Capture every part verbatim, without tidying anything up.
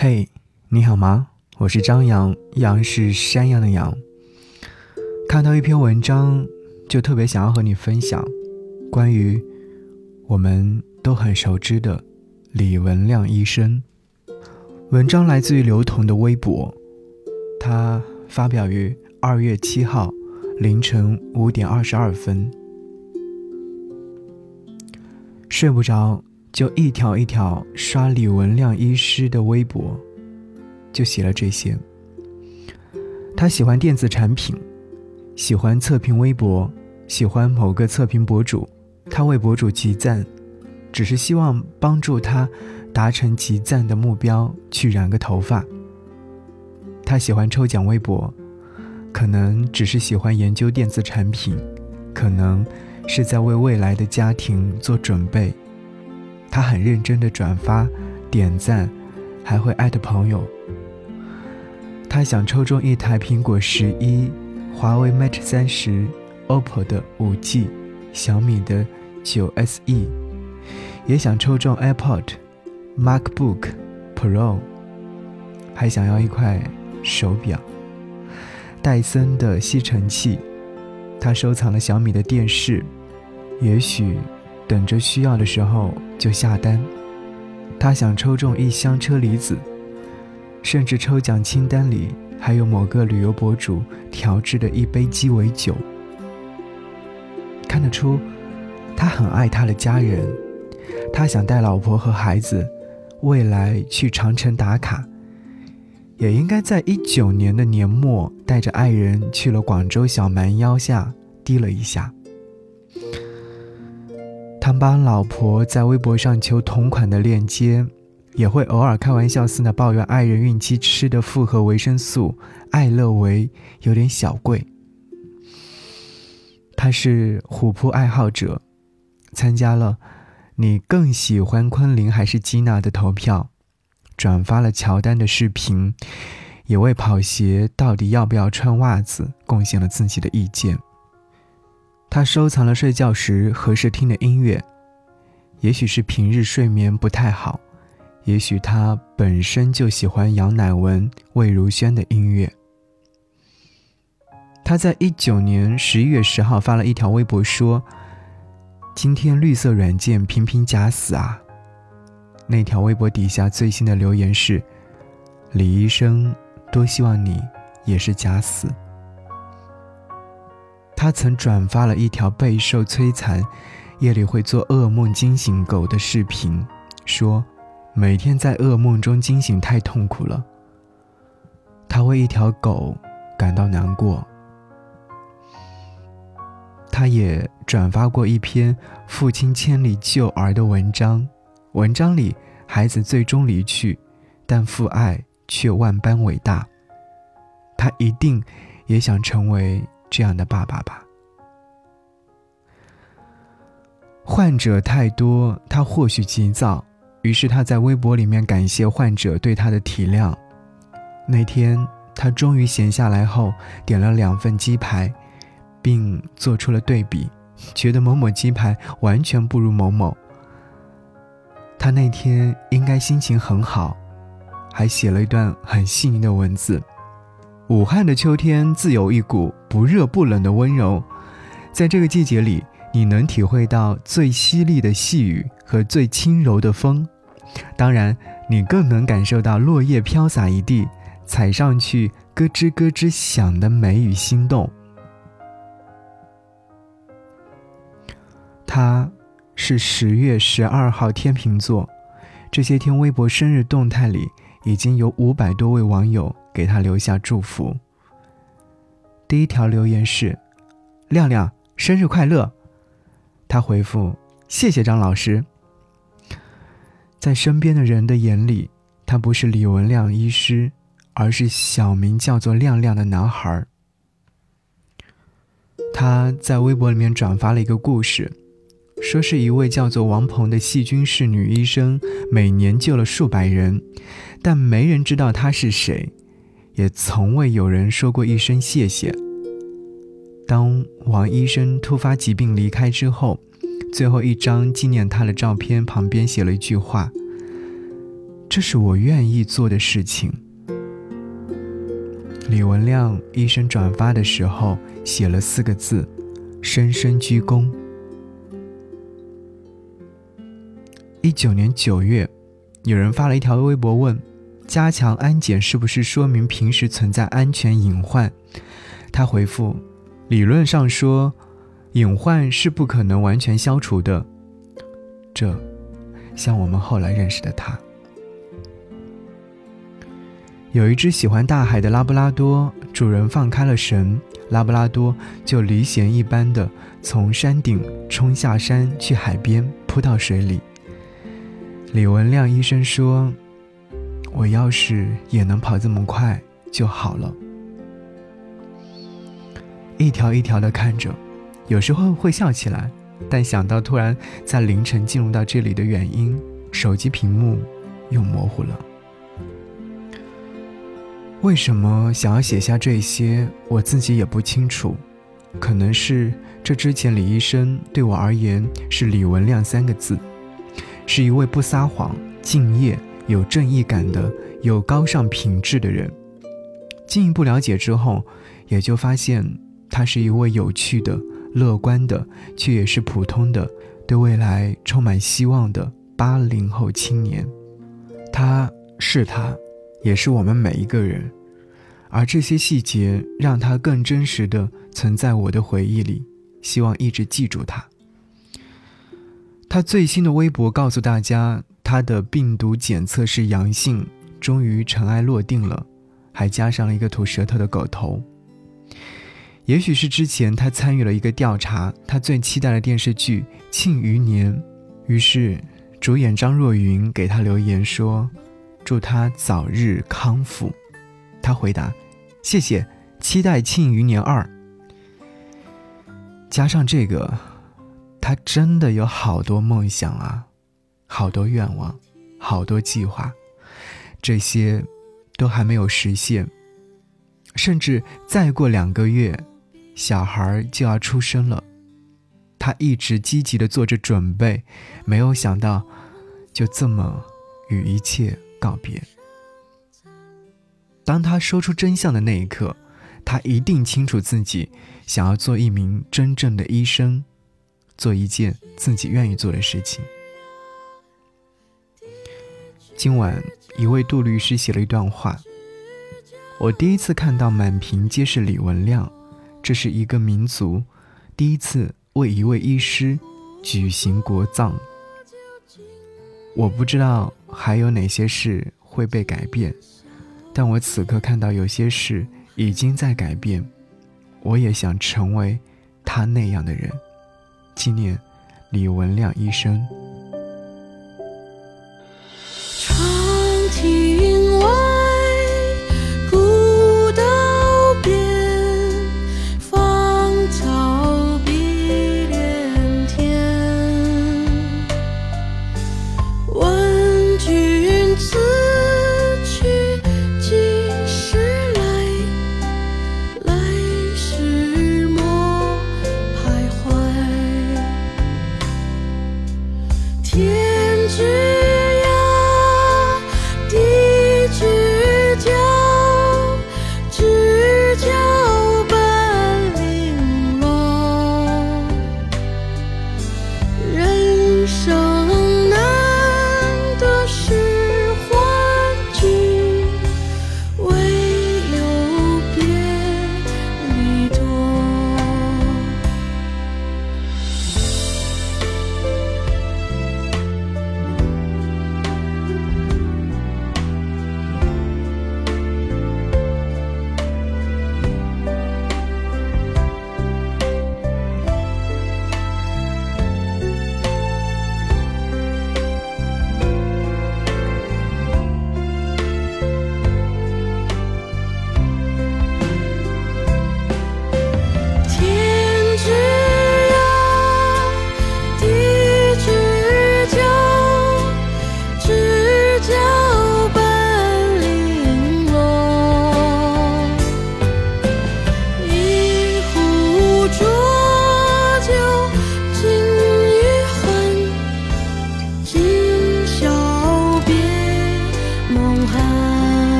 嘿，你好吗？我是张扬，杨是山羊的羊。看到一篇文章，就特别想要和你分享，关于我们都很熟知的李文亮医生。文章来自于刘同的微博，他发表于二月七号凌晨五点二十二分。睡不着，就一条一条刷李文亮医师的微博，就写了这些。他喜欢电子产品，喜欢测评微博，喜欢某个测评博主，他为博主集赞，只是希望帮助他达成集赞的目标，去染个头发。他喜欢抽奖微博，可能只是喜欢研究电子产品，可能是在为未来的家庭做准备。他很认真地转发、点赞，还会艾特朋友。他想抽中一台苹果十一、华为 Mate 三十、O P P O 的 五 G、小米的 九 S E， 也想抽中 iPod、MacBook Pro， 还想要一块手表，戴森的吸尘器。他收藏了小米的电视，也许等着需要的时候就下单。他想抽中一箱车厘子，甚至抽奖清单里还有某个旅游博主调制的一杯鸡尾酒。看得出他很爱他的家人，他想带老婆和孩子未来去长城打卡，也应该在一九年的年末带着爱人去了广州小蛮腰下滴了一下。他帮老婆在微博上求同款的链接，也会偶尔开玩笑似的抱怨爱人孕期吃的复合维生素爱乐维有点小贵。他是虎扑爱好者，参加了你更喜欢昆凌还是基娜的投票，转发了乔丹的视频，也为跑鞋到底要不要穿袜子贡献了自己的意见。他收藏了睡觉时合适听的音乐，也许是平日睡眠不太好，也许他本身就喜欢杨乃文、魏如萱的音乐。他在一九年十一月十号发了一条微博说，今天绿色软件频频假死啊。那条微博底下最新的留言是，李医生多希望你也是假死。他曾转发了一条备受摧残，夜里会做噩梦惊醒狗的视频，说每天在噩梦中惊醒太痛苦了，他为一条狗感到难过。他也转发过一篇父亲千里救儿的文章，文章里孩子最终离去，但父爱却万般伟大。他一定也想成为这样的爸爸吧。患者太多，他或许急躁，于是他在微博里面感谢患者对他的体谅。那天他终于闲下来后，点了两份鸡排，并做出了对比，觉得某某鸡排完全不如某某。他那天应该心情很好，还写了一段很细腻的文字。武汉的秋天自有一股不热不冷的温柔，在这个季节里，你能体会到最犀利的细雨和最轻柔的风，当然你更能感受到落叶飘洒一地，踩上去咯吱咯吱响的美与心动。他是十月十二号天秤座，这些天微博生日动态里已经有五百多位网友给他留下祝福。第一条留言是，亮亮生日快乐。他回复，谢谢张老师。在身边的人的眼里，他不是李文亮医师，而是小名叫做亮亮的男孩。他在微博里面转发了一个故事，说是一位叫做王鹏的细菌室女医生，每年救了数百人，但没人知道她是谁，也从未有人说过一声谢谢。当王医生突发疾病离开之后，最后一张纪念他的照片旁边写了一句话， 这是我愿意做的事情。李文亮医生转发的时候写了四个字：深深鞠躬。一九年九月，有人发了一条微博问，加强安检是不是说明平时存在安全隐患？他回复，理论上说隐患是不可能完全消除的。这像我们后来认识的他。有一只喜欢大海的拉布拉多，主人放开了绳，拉布拉多就离弦一般的从山顶冲下山，去海边扑到水里。李文亮医生说，我要是也能跑这么快就好了。一条一条地看着，有时候会笑起来，但想到突然在凌晨进入到这里的原因，手机屏幕又模糊了。为什么想要写下这些，我自己也不清楚。可能是这之前李医生对我而言是李文亮三个字，是一位不撒谎、敬业、有正义感的、有高尚品质的人。进一步了解之后，也就发现他是一位有趣的、乐观的，却也是普通的，对未来充满希望的八零后青年。他是他，也是我们每一个人，而这些细节让他更真实地存在我的回忆里，希望一直记住他。他最新的微博告诉大家，他的病毒检测是阳性，终于尘埃落定了，还加上了一个吐舌头的狗头。也许是之前他参与了一个调查，他最期待的电视剧《庆余年》，于是主演张若昀给他留言说，祝他早日康复。他回答，谢谢，期待《庆余年二》。加上这个，他真的有好多梦想啊，好多愿望，好多计划，这些都还没有实现，甚至再过两个月小孩就要出生了。他一直积极地做着准备，没有想到就这么与一切告别。当他说出真相的那一刻，他一定清楚自己想要做一名真正的医生，做一件自己愿意做的事情。今晚一位杜律师写了一段话，我第一次看到满屏皆是李文亮，这是一个民族第一次为一位医师举行国葬。我不知道还有哪些事会被改变，但我此刻看到有些事已经在改变，我也想成为他那样的人。纪念李文亮医生。 长亭外，古道边，芳草碧连天。问君此去几时来？来时莫徘徊。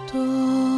多。